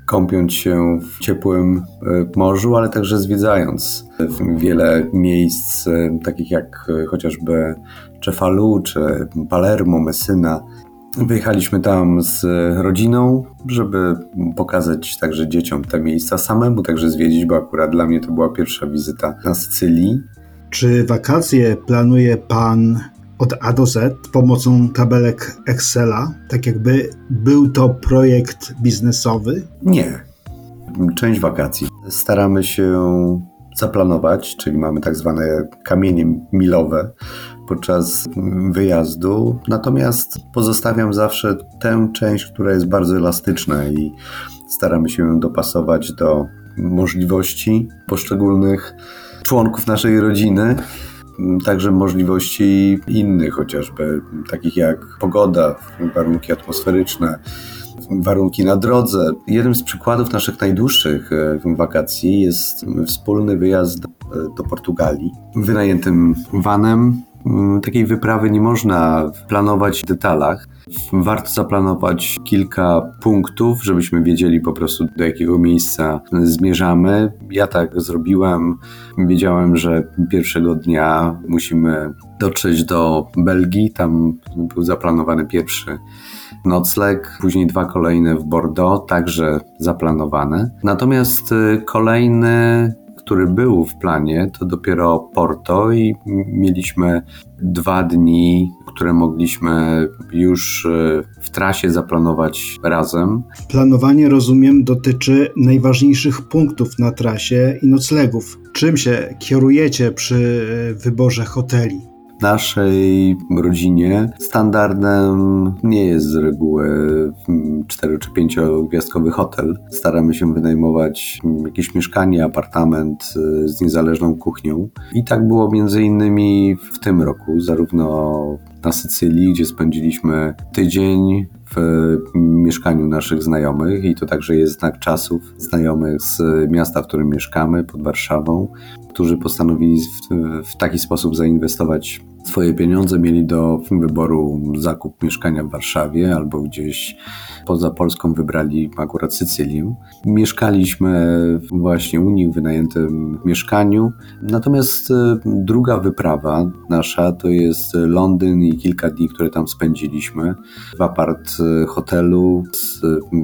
E: kąpiąc się w ciepłym morzu, ale także zwiedzając wiele miejsc, takich jak chociażby Cefalu czy Palermo, Messyna. Wyjechaliśmy tam z rodziną, żeby pokazać także dzieciom te miejsca, samemu także zwiedzić, bo akurat dla mnie to była pierwsza wizyta na Sycylii.
B: Czy wakacje planuje Pan od A do Z pomocą tabelek Excela, tak jakby był to projekt biznesowy?
E: Nie. Część wakacji staramy się zaplanować, czyli mamy tak zwane kamienie milowe podczas wyjazdu, natomiast pozostawiam zawsze tę część, która jest bardzo elastyczna i staramy się ją dopasować do możliwości poszczególnych członków naszej rodziny, także możliwości innych, chociażby takich jak pogoda, warunki atmosferyczne, warunki na drodze. Jednym z przykładów naszych najdłuższych wakacji jest wspólny wyjazd do Portugalii wynajętym vanem. Takiej wyprawy nie można planować w detalach. Warto zaplanować kilka punktów, żebyśmy wiedzieli po prostu, do jakiego miejsca zmierzamy. Ja tak zrobiłem. Wiedziałem, że pierwszego dnia musimy dotrzeć do Belgii. Tam był zaplanowany pierwszy nocleg, później 2 kolejne w Bordeaux, także zaplanowane. Natomiast kolejny, który był w planie, to dopiero Porto i mieliśmy 2 dni, które mogliśmy już w trasie zaplanować razem.
B: Planowanie, rozumiem, dotyczy najważniejszych punktów na trasie i noclegów. Czym się kierujecie przy wyborze hoteli?
E: W naszej rodzinie standardem nie jest z reguły 4- czy 5-gwiazdkowy hotel. Staramy się wynajmować jakieś mieszkanie, apartament z niezależną kuchnią. I tak było między innymi w tym roku, zarówno na Sycylii, gdzie spędziliśmy tydzień w mieszkaniu naszych znajomych i to także jest znak czasów znajomych z miasta, w którym mieszkamy, pod Warszawą, którzy postanowili w taki sposób zainwestować swoje pieniądze, mieli do wyboru zakup mieszkania w Warszawie albo gdzieś poza Polską, wybrali akurat Sycylię. Mieszkaliśmy właśnie u nich w wynajętym mieszkaniu. Natomiast druga wyprawa nasza to jest Londyn i kilka dni, które tam spędziliśmy w apart hotelu z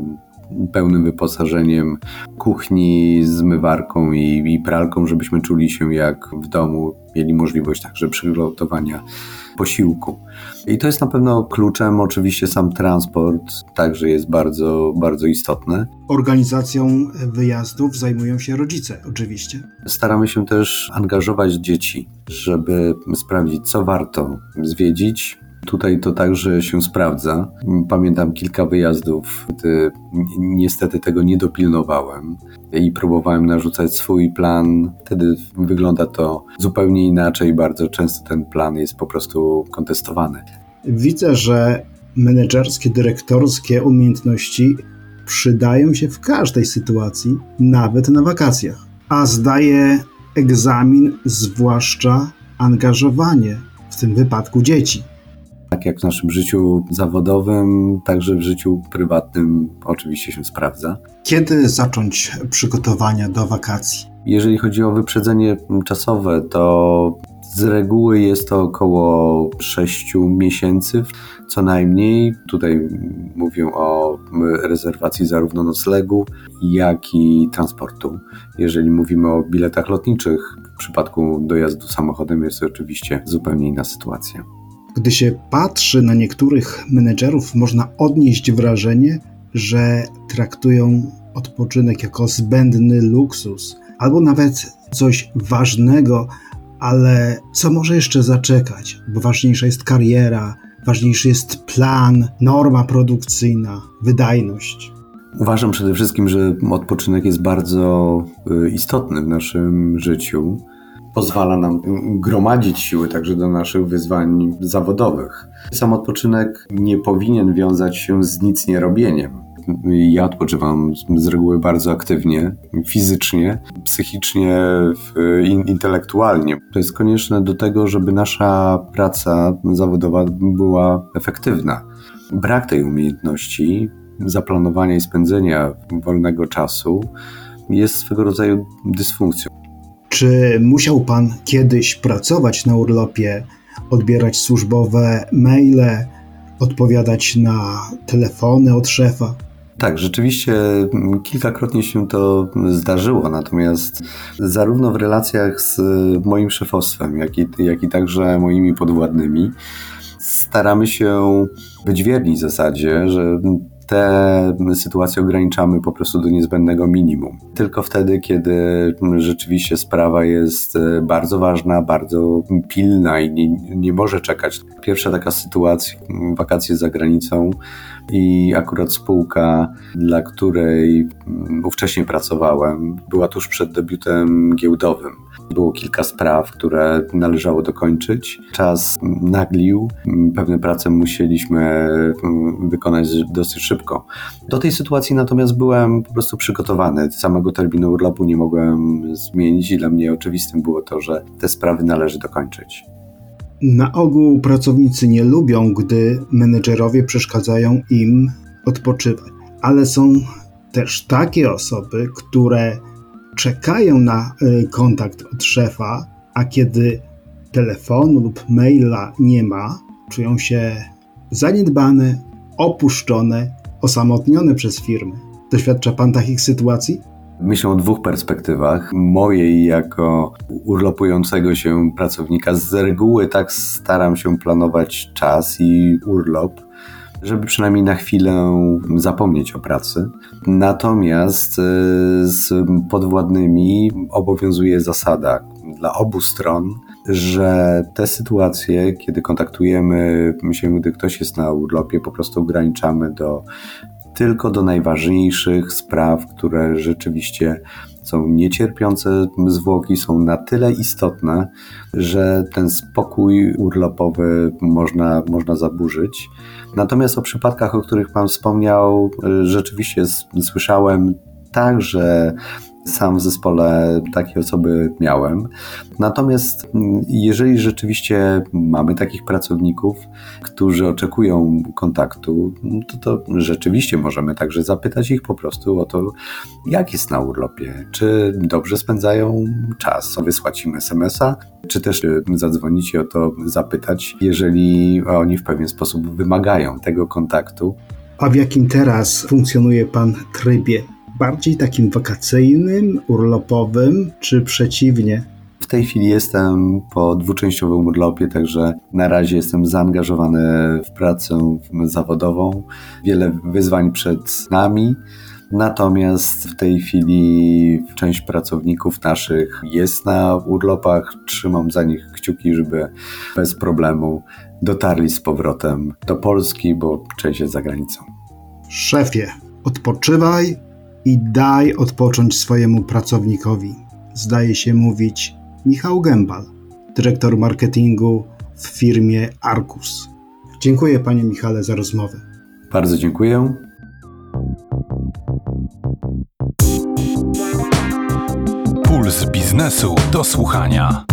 E: pełnym wyposażeniem kuchni, zmywarką i pralką, żebyśmy czuli się jak w domu, mieli możliwość także przygotowania posiłku. I to jest na pewno kluczem. Oczywiście sam transport także jest bardzo, bardzo istotny.
B: Organizacją wyjazdów zajmują się rodzice, oczywiście.
E: Staramy się też angażować dzieci, żeby sprawdzić, co warto zwiedzić. Tutaj to także się sprawdza. Pamiętam kilka wyjazdów, gdy niestety tego nie dopilnowałem i próbowałem narzucać swój plan. Wtedy wygląda to zupełnie inaczej. Bardzo często ten plan jest po prostu kontestowany.
B: Widzę, że menedżerskie, dyrektorskie umiejętności przydają się w każdej sytuacji, nawet na wakacjach. A zdaje egzamin zwłaszcza angażowanie, w tym wypadku dzieci.
E: Tak jak w naszym życiu zawodowym, także w życiu prywatnym oczywiście się sprawdza.
B: Kiedy zacząć przygotowania do wakacji?
E: Jeżeli chodzi o wyprzedzenie czasowe, to z reguły jest to około 6 miesięcy co najmniej. Tutaj mówię o rezerwacji zarówno noclegu, jak i transportu. Jeżeli mówimy o biletach lotniczych, w przypadku dojazdu samochodem jest to oczywiście zupełnie inna sytuacja.
B: Gdy się patrzy na niektórych menedżerów, można odnieść wrażenie, że traktują odpoczynek jako zbędny luksus, albo nawet coś ważnego, ale co może jeszcze zaczekać, bo ważniejsza jest kariera, ważniejszy jest plan, norma produkcyjna, wydajność.
E: Uważam przede wszystkim, że odpoczynek jest bardzo istotny w naszym życiu. Pozwala nam gromadzić siły także do naszych wyzwań zawodowych. Sam odpoczynek nie powinien wiązać się z nic nie robieniem. Ja odpoczywam z reguły bardzo aktywnie, fizycznie, psychicznie, intelektualnie. To jest konieczne do tego, żeby nasza praca zawodowa była efektywna. Brak tej umiejętności zaplanowania i spędzenia wolnego czasu jest swego rodzaju dysfunkcją.
B: Czy musiał pan kiedyś pracować na urlopie, odbierać służbowe maile, odpowiadać na telefony od szefa?
E: Tak, rzeczywiście kilkakrotnie się to zdarzyło, natomiast zarówno w relacjach z moim szefostwem, jak i także moimi podwładnymi staramy się być wierni zasadzie, że te sytuacje ograniczamy po prostu do niezbędnego minimum. Tylko wtedy, kiedy rzeczywiście sprawa jest bardzo ważna, bardzo pilna i nie może czekać. Pierwsza taka sytuacja, wakacje za granicą i akurat spółka, dla której ówcześnie pracowałem, była tuż przed debiutem giełdowym. Było kilka spraw, które należało dokończyć. Czas naglił, pewne prace musieliśmy wykonać dosyć szybko. Do tej sytuacji natomiast byłem po prostu przygotowany. Samego terminu urlopu nie mogłem zmienić i dla mnie oczywistym było to, że te sprawy należy dokończyć.
B: Na ogół pracownicy nie lubią, gdy menedżerowie przeszkadzają im odpoczywać, ale są też takie osoby, które czekają na kontakt od szefa, a kiedy telefonu lub maila nie ma, czują się zaniedbane, opuszczone, osamotnione przez firmy. Doświadcza pan takich sytuacji?
E: Myślę o dwóch perspektywach. Mojej jako urlopującego się pracownika. Z reguły tak staram się planować czas i urlop, żeby przynajmniej na chwilę zapomnieć o pracy. Natomiast z podwładnymi obowiązuje zasada dla obu stron, że te sytuacje, kiedy kontaktujemy się, gdy ktoś jest na urlopie, po prostu ograniczamy tylko do najważniejszych spraw, które rzeczywiście są niecierpiące zwłoki, są na tyle istotne, że ten spokój urlopowy można zaburzyć. Natomiast o przypadkach, o których pan wspomniał, rzeczywiście słyszałem tak, że sam w zespole takie osoby miałem. Natomiast jeżeli rzeczywiście mamy takich pracowników, którzy oczekują kontaktu, to rzeczywiście możemy także zapytać ich po prostu o to, jak jest na urlopie, czy dobrze spędzają czas, wysłać im SMS-a, czy też zadzwonić i o to zapytać, jeżeli oni w pewien sposób wymagają tego kontaktu.
B: A w jakim teraz funkcjonuje pan trybie? Bardziej takim wakacyjnym, urlopowym, czy przeciwnie?
E: W tej chwili jestem po dwuczęściowym urlopie, także na razie jestem zaangażowany w pracę zawodową. Wiele wyzwań przed nami, natomiast w tej chwili część pracowników naszych jest na urlopach. Trzymam za nich kciuki, żeby bez problemu dotarli z powrotem do Polski, bo część jest za granicą.
B: Szefie, odpoczywaj i daj odpocząć swojemu pracownikowi. Zdaje się mówić Michał Gębal, dyrektor marketingu w firmie Arcus. Dziękuję panie Michale za rozmowę.
E: Bardzo dziękuję.
A: Puls biznesu do słuchania.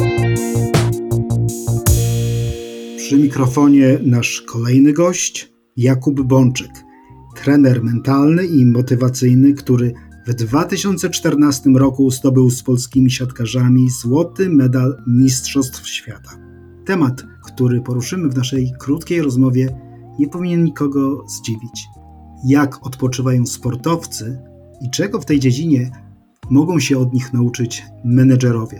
B: Przy mikrofonie nasz kolejny gość, Jakub Bączyk, trener mentalny i motywacyjny, który w 2014 roku zdobył z polskimi siatkarzami złoty medal Mistrzostw Świata. Temat, który poruszymy w naszej krótkiej rozmowie, nie powinien nikogo zdziwić. Jak odpoczywają sportowcy i czego w tej dziedzinie mogą się od nich nauczyć menedżerowie.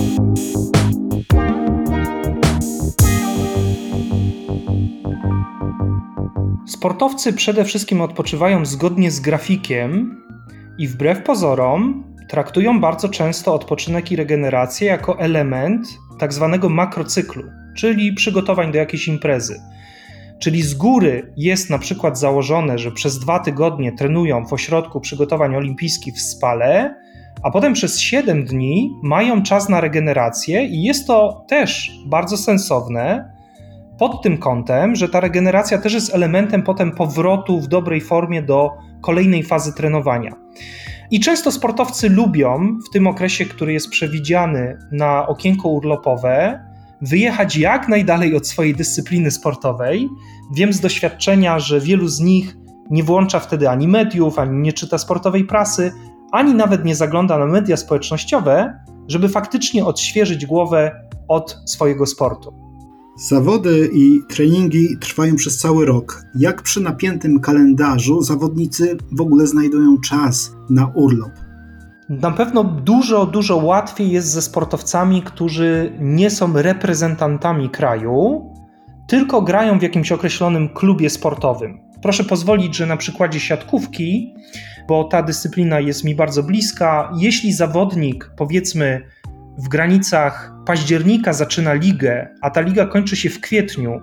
F: Sportowcy przede wszystkim odpoczywają zgodnie z grafikiem i wbrew pozorom traktują bardzo często odpoczynek i regenerację jako element tak zwanego makrocyklu, czyli przygotowań do jakiejś imprezy. Czyli z góry jest na przykład założone, że przez 2 tygodnie trenują w ośrodku przygotowań olimpijskich w Spale, a potem przez 7 dni mają czas na regenerację i jest to też bardzo sensowne pod tym kątem, że ta regeneracja też jest elementem potem powrotu w dobrej formie do kolejnej fazy trenowania. I często sportowcy lubią w tym okresie, który jest przewidziany na okienko urlopowe, wyjechać jak najdalej od swojej dyscypliny sportowej. Wiem z doświadczenia, że wielu z nich nie włącza wtedy ani mediów, ani nie czyta sportowej prasy, ani nawet nie zagląda na media społecznościowe, żeby faktycznie odświeżyć głowę od swojego sportu.
B: Zawody i treningi trwają przez cały rok. Jak przy napiętym kalendarzu zawodnicy w ogóle znajdują czas na urlop?
F: Na pewno dużo łatwiej jest ze sportowcami, którzy nie są reprezentantami kraju, tylko grają w jakimś określonym klubie sportowym. Proszę pozwolić, że na przykładzie siatkówki, bo ta dyscyplina jest mi bardzo bliska, jeśli zawodnik, powiedzmy, w granicach października zaczyna ligę, a ta liga kończy się w kwietniu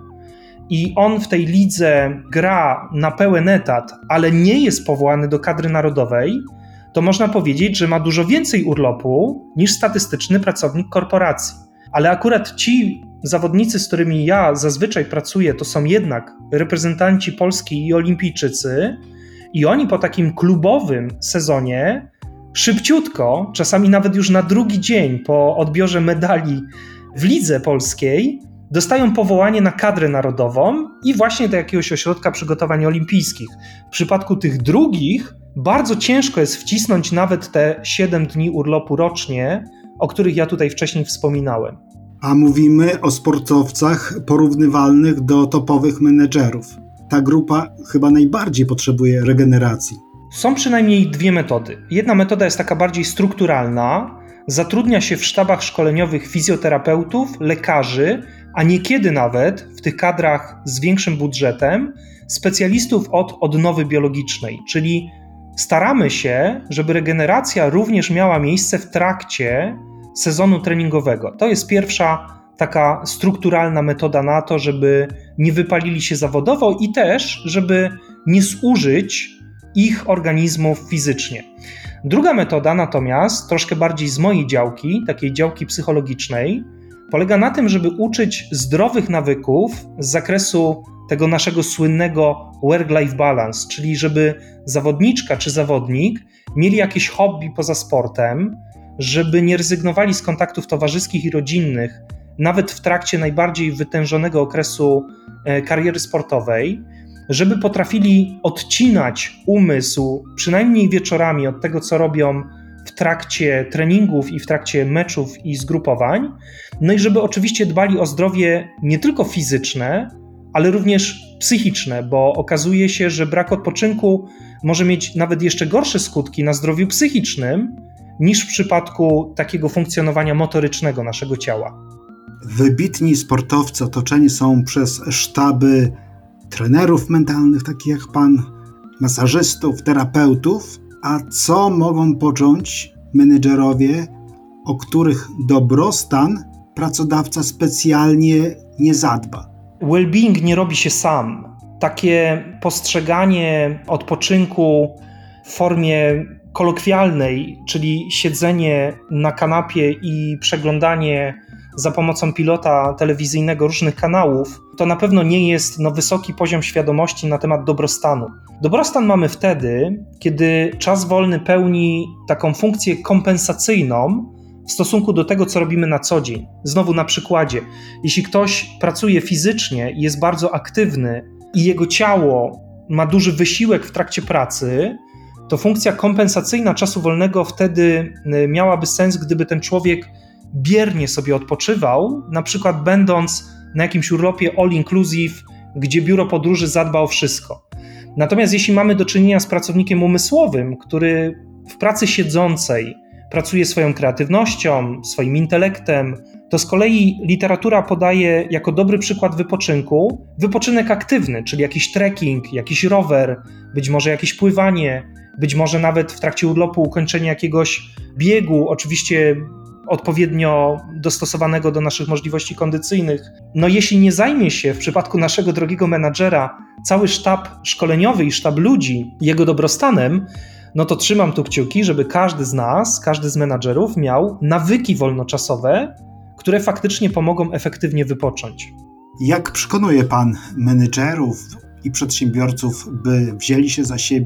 F: i on w tej lidze gra na pełen etat, ale nie jest powołany do kadry narodowej, to można powiedzieć, że ma dużo więcej urlopu niż statystyczny pracownik korporacji. Ale akurat ci zawodnicy, z którymi ja zazwyczaj pracuję, to są jednak reprezentanci Polski i olimpijczycy i oni po takim klubowym sezonie szybciutko, czasami nawet już na drugi dzień po odbiorze medali w lidze polskiej, dostają powołanie na kadrę narodową i właśnie do jakiegoś ośrodka przygotowań olimpijskich. W przypadku tych drugich bardzo ciężko jest wcisnąć nawet te 7 dni urlopu rocznie, o których ja tutaj wcześniej wspominałem.
B: A mówimy o sportowcach porównywalnych do topowych menedżerów. Ta grupa chyba najbardziej potrzebuje regeneracji.
F: Są przynajmniej dwie metody. Jedna metoda jest taka bardziej strukturalna. Zatrudnia się w sztabach szkoleniowych fizjoterapeutów, lekarzy, a niekiedy nawet w tych kadrach z większym budżetem specjalistów od odnowy biologicznej, czyli staramy się, żeby regeneracja również miała miejsce w trakcie sezonu treningowego. To jest pierwsza taka strukturalna metoda na to, żeby nie wypalili się zawodowo i też, żeby nie zużyć ich organizmów fizycznie. Druga metoda natomiast, troszkę bardziej z mojej działki, takiej działki psychologicznej, polega na tym, żeby uczyć zdrowych nawyków z zakresu tego naszego słynnego work-life balance, czyli żeby zawodniczka czy zawodnik mieli jakieś hobby poza sportem, żeby nie rezygnowali z kontaktów towarzyskich i rodzinnych, nawet w trakcie najbardziej wytężonego okresu kariery sportowej, żeby potrafili odcinać umysł przynajmniej wieczorami od tego, co robią w trakcie treningów i w trakcie meczów i zgrupowań, no i żeby oczywiście dbali o zdrowie nie tylko fizyczne, ale również psychiczne, bo okazuje się, że brak odpoczynku może mieć nawet jeszcze gorsze skutki na zdrowiu psychicznym niż w przypadku takiego funkcjonowania motorycznego naszego ciała.
B: Wybitni sportowcy otoczeni są przez sztaby trenerów mentalnych, takich jak pan, masażystów, terapeutów. A co mogą począć menedżerowie, o których dobrostan pracodawca specjalnie nie zadba?
F: Well-being nie robi się sam. Takie postrzeganie odpoczynku w formie kolokwialnej, czyli siedzenie na kanapie i przeglądanie za pomocą pilota telewizyjnego różnych kanałów, to na pewno nie jest wysoki poziom świadomości na temat dobrostanu. Dobrostan mamy wtedy, kiedy czas wolny pełni taką funkcję kompensacyjną w stosunku do tego, co robimy na co dzień. Znowu na przykładzie, jeśli ktoś pracuje fizycznie i jest bardzo aktywny i jego ciało ma duży wysiłek w trakcie pracy, to funkcja kompensacyjna czasu wolnego wtedy miałaby sens, gdyby ten człowiek biernie sobie odpoczywał, na przykład będąc na jakimś urlopie all inclusive, gdzie biuro podróży zadba o wszystko. Natomiast jeśli mamy do czynienia z pracownikiem umysłowym, który w pracy siedzącej pracuje swoją kreatywnością, swoim intelektem, to z kolei literatura podaje jako dobry przykład wypoczynku wypoczynek aktywny, czyli jakiś trekking, jakiś rower, być może jakieś pływanie, być może nawet w trakcie urlopu ukończenie jakiegoś biegu, oczywiście odpowiednio dostosowanego do naszych możliwości kondycyjnych. No jeśli nie zajmie się w przypadku naszego drogiego menadżera cały sztab szkoleniowy i sztab ludzi jego dobrostanem, no to trzymam tu kciuki, żeby każdy z nas, każdy z menadżerów miał nawyki wolnoczasowe, które faktycznie pomogą efektywnie wypocząć.
B: Jak przekonuje pan menedżerów i przedsiębiorców, by wzięli się za siebie,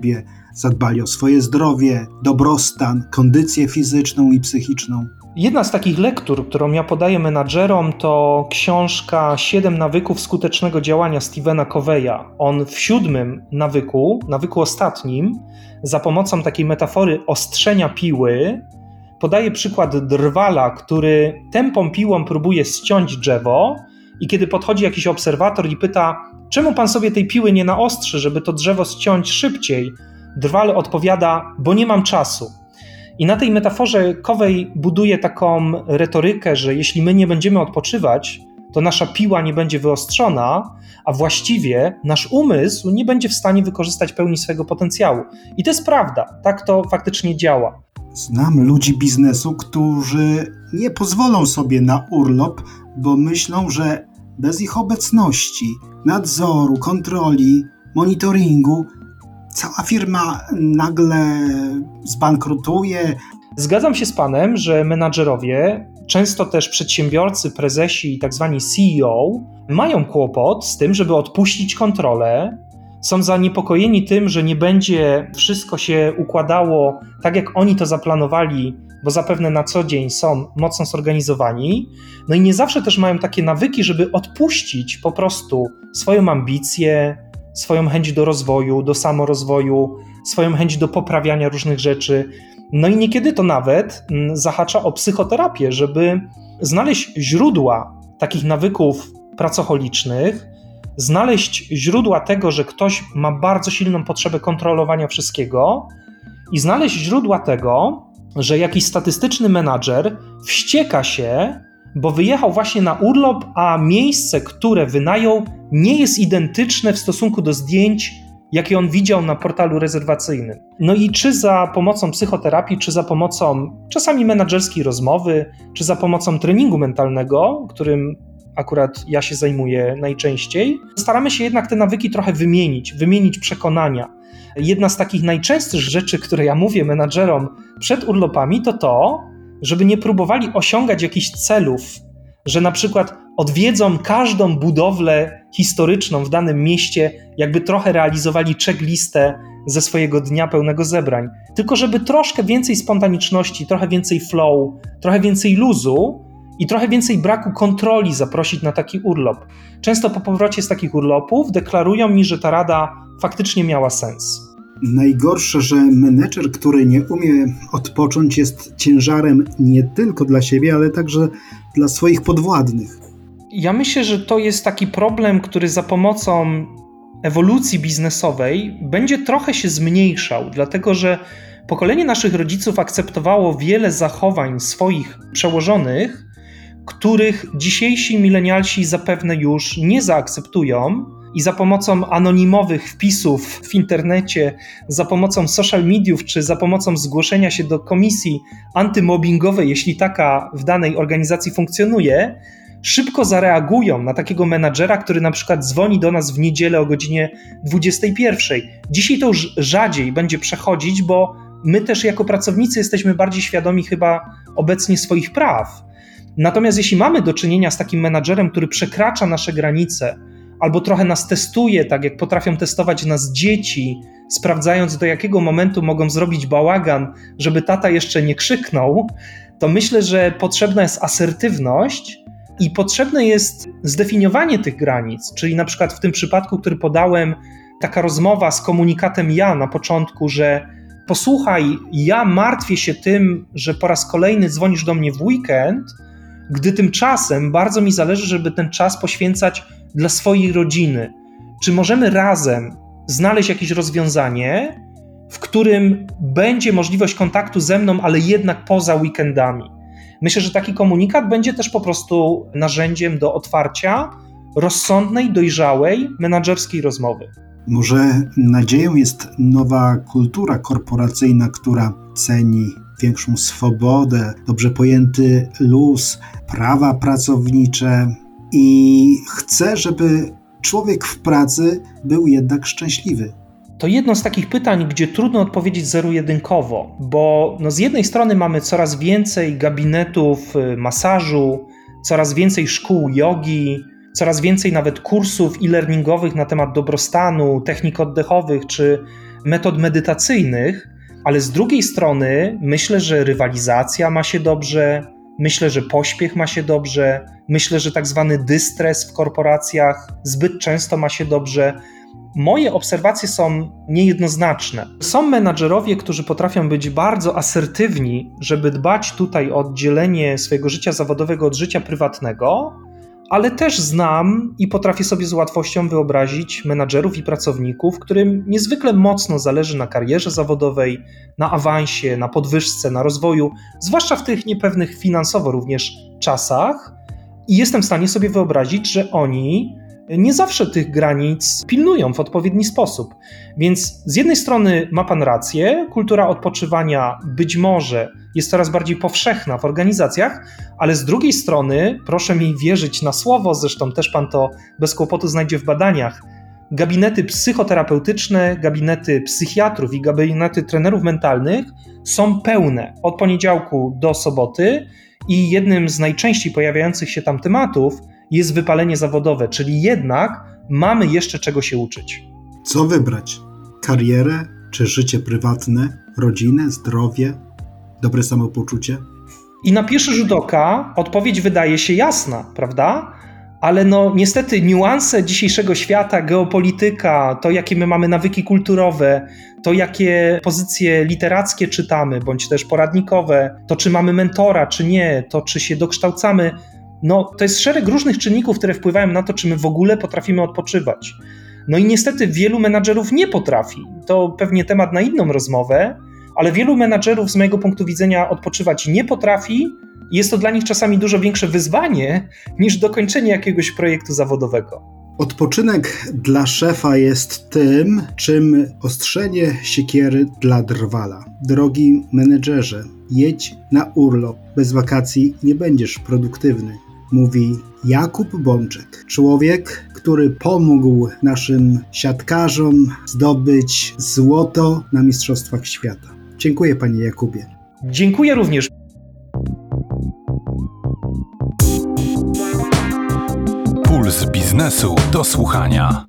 B: zadbali o swoje zdrowie, dobrostan, kondycję fizyczną i psychiczną.
F: Jedna z takich lektur, którą ja podaję menadżerom, to książka 7 nawyków skutecznego działania Stephena Coveya. On w 7 nawyku ostatnim, za pomocą takiej metafory ostrzenia piły, podaje przykład drwala, który tępą piłą próbuje ściąć drzewo i kiedy podchodzi jakiś obserwator i pyta, czemu pan sobie tej piły nie naostrzy, żeby to drzewo ściąć szybciej, drwal odpowiada, bo nie mam czasu. I na tej metaforze Covey buduje taką retorykę, że jeśli my nie będziemy odpoczywać, to nasza piła nie będzie wyostrzona, a właściwie nasz umysł nie będzie w stanie wykorzystać pełni swojego potencjału. I to jest prawda, tak to faktycznie działa.
B: Znam ludzi biznesu, którzy nie pozwolą sobie na urlop, bo myślą, że bez ich obecności, nadzoru, kontroli, monitoringu cała firma nagle zbankrutuje.
F: Zgadzam się z panem, że menadżerowie, często też przedsiębiorcy, prezesi i tak zwani CEO mają kłopot z tym, żeby odpuścić kontrolę. Są zaniepokojeni tym, że nie będzie wszystko się układało tak, jak oni to zaplanowali, bo zapewne na co dzień są mocno zorganizowani. No i nie zawsze też mają takie nawyki, żeby odpuścić po prostu swoją ambicję, swoją chęć do rozwoju, do samorozwoju, swoją chęć do poprawiania różnych rzeczy. No i niekiedy to nawet zahacza o psychoterapię, żeby znaleźć źródła takich nawyków pracocholicznych, znaleźć źródła tego, że ktoś ma bardzo silną potrzebę kontrolowania wszystkiego i znaleźć źródła tego, że jakiś statystyczny menadżer wścieka się, bo wyjechał właśnie na urlop, a miejsce, które wynajął, nie jest identyczne w stosunku do zdjęć, jakie on widział na portalu rezerwacyjnym. No i czy za pomocą psychoterapii, czy za pomocą czasami menadżerskiej rozmowy, czy za pomocą treningu mentalnego, którym akurat ja się zajmuję najczęściej, staramy się jednak te nawyki trochę wymienić przekonania. Jedna z takich najczęstszych rzeczy, które ja mówię menadżerom przed urlopami, to, żeby nie próbowali osiągać jakichś celów, że na przykład odwiedzą każdą budowlę historyczną w danym mieście, jakby trochę realizowali checklistę ze swojego dnia pełnego zebrań. Tylko żeby troszkę więcej spontaniczności, trochę więcej flow, trochę więcej luzu i trochę więcej braku kontroli zaprosić na taki urlop. Często po powrocie z takich urlopów deklarują mi, że ta rada faktycznie miała sens.
B: Najgorsze, że menedżer, który nie umie odpocząć, jest ciężarem nie tylko dla siebie, ale także dla swoich podwładnych.
F: Ja myślę, że to jest taki problem, który za pomocą ewolucji biznesowej będzie trochę się zmniejszał, dlatego że pokolenie naszych rodziców akceptowało wiele zachowań swoich przełożonych, których dzisiejsi milenialsi zapewne już nie zaakceptują i za pomocą anonimowych wpisów w internecie, za pomocą social mediów czy za pomocą zgłoszenia się do komisji antymobbingowej, jeśli taka w danej organizacji funkcjonuje, szybko zareagują na takiego menadżera, który na przykład dzwoni do nas w niedzielę o godzinie 21. Dzisiaj to już rzadziej będzie przechodzić, bo my też jako pracownicy jesteśmy bardziej świadomi chyba obecnie swoich praw. Natomiast jeśli mamy do czynienia z takim menadżerem, który przekracza nasze granice albo trochę nas testuje, tak jak potrafią testować nas dzieci, sprawdzając do jakiego momentu mogą zrobić bałagan, żeby tata jeszcze nie krzyknął, to myślę, że potrzebna jest asertywność i potrzebne jest zdefiniowanie tych granic, czyli na przykład w tym przypadku, który podałem, taka rozmowa z komunikatem ja na początku, że posłuchaj, ja martwię się tym, że po raz kolejny dzwonisz do mnie w weekend, gdy tymczasem bardzo mi zależy, żeby ten czas poświęcać dla swojej rodziny. Czy możemy razem znaleźć jakieś rozwiązanie, w którym będzie możliwość kontaktu ze mną, ale jednak poza weekendami? Myślę, że taki komunikat będzie też po prostu narzędziem do otwarcia rozsądnej, dojrzałej, menadżerskiej rozmowy.
B: Może nadzieją jest nowa kultura korporacyjna, która ceni większą swobodę, dobrze pojęty luz, prawa pracownicze i chce, żeby człowiek w pracy był jednak szczęśliwy.
F: To jedno z takich pytań, gdzie trudno odpowiedzieć zero-jedynkowo, bo z jednej strony mamy coraz więcej gabinetów masażu, coraz więcej szkół jogi, coraz więcej nawet kursów e-learningowych na temat dobrostanu, technik oddechowych czy metod medytacyjnych, ale z drugiej strony myślę, że rywalizacja ma się dobrze, myślę, że pośpiech ma się dobrze, myślę, że tak zwany dystres w korporacjach zbyt często ma się dobrze. Moje obserwacje są niejednoznaczne. Są menadżerowie, którzy potrafią być bardzo asertywni, żeby dbać tutaj o oddzielenie swojego życia zawodowego od życia prywatnego, ale też znam i potrafię sobie z łatwością wyobrazić menadżerów i pracowników, którym niezwykle mocno zależy na karierze zawodowej, na awansie, na podwyżce, na rozwoju, zwłaszcza w tych niepewnych finansowo również czasach. I jestem w stanie sobie wyobrazić, że oni nie zawsze tych granic pilnują w odpowiedni sposób. Więc z jednej strony ma pan rację, kultura odpoczywania być może jest coraz bardziej powszechna w organizacjach, ale z drugiej strony, proszę mi wierzyć na słowo, zresztą też pan to bez kłopotu znajdzie w badaniach, gabinety psychoterapeutyczne, gabinety psychiatrów i gabinety trenerów mentalnych są pełne od poniedziałku do soboty i jednym z najczęściej pojawiających się tam tematów jest wypalenie zawodowe, czyli jednak mamy jeszcze czego się uczyć.
B: Co wybrać? Karierę czy życie prywatne, rodzinę, zdrowie, dobre samopoczucie?
F: I na pierwszy rzut oka odpowiedź wydaje się jasna, prawda? Ale niestety niuanse dzisiejszego świata, geopolityka, to jakie my mamy nawyki kulturowe, to jakie pozycje literackie czytamy, bądź też poradnikowe, to czy mamy mentora, czy nie, to czy się dokształcamy, to jest szereg różnych czynników, które wpływają na to, czy my w ogóle potrafimy odpoczywać. I niestety wielu menadżerów nie potrafi. To pewnie temat na inną rozmowę, ale wielu menadżerów z mojego punktu widzenia odpoczywać nie potrafi. Jest to dla nich czasami dużo większe wyzwanie niż dokończenie jakiegoś projektu zawodowego.
B: Odpoczynek dla szefa jest tym, czym ostrzenie siekiery dla drwala. Drogi menedżerze, jedź na urlop. Bez wakacji nie będziesz produktywny, mówi Jakub Bączek. Człowiek, który pomógł naszym siatkarzom zdobyć złoto na Mistrzostwach Świata. Dziękuję, panie Jakubie.
F: Dziękuję również.
A: Puls biznesu do słuchania.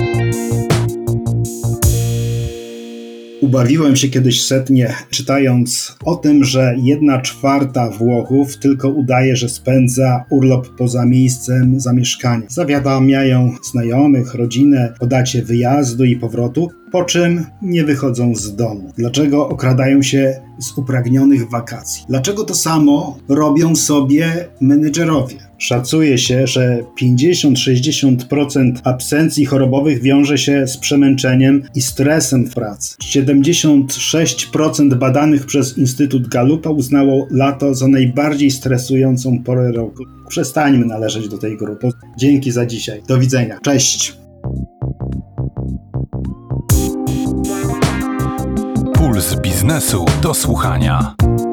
B: Ubawiłem się kiedyś setnie, czytając o tym, że 1/4 Włochów tylko udaje, że spędza urlop poza miejscem zamieszkania. Zawiadamiają znajomych, rodzinę o dacie wyjazdu i powrotu, po czym nie wychodzą z domu. Dlaczego okradają się z upragnionych wakacji? Dlaczego to samo robią sobie menedżerowie? Szacuje się, że 50-60% absencji chorobowych wiąże się z przemęczeniem i stresem w pracy. 76% badanych przez Instytut Gallupa uznało lato za najbardziej stresującą porę roku. Przestańmy należeć do tej grupy. Dzięki za dzisiaj. Do widzenia. Cześć.
A: Puls biznesu do słuchania.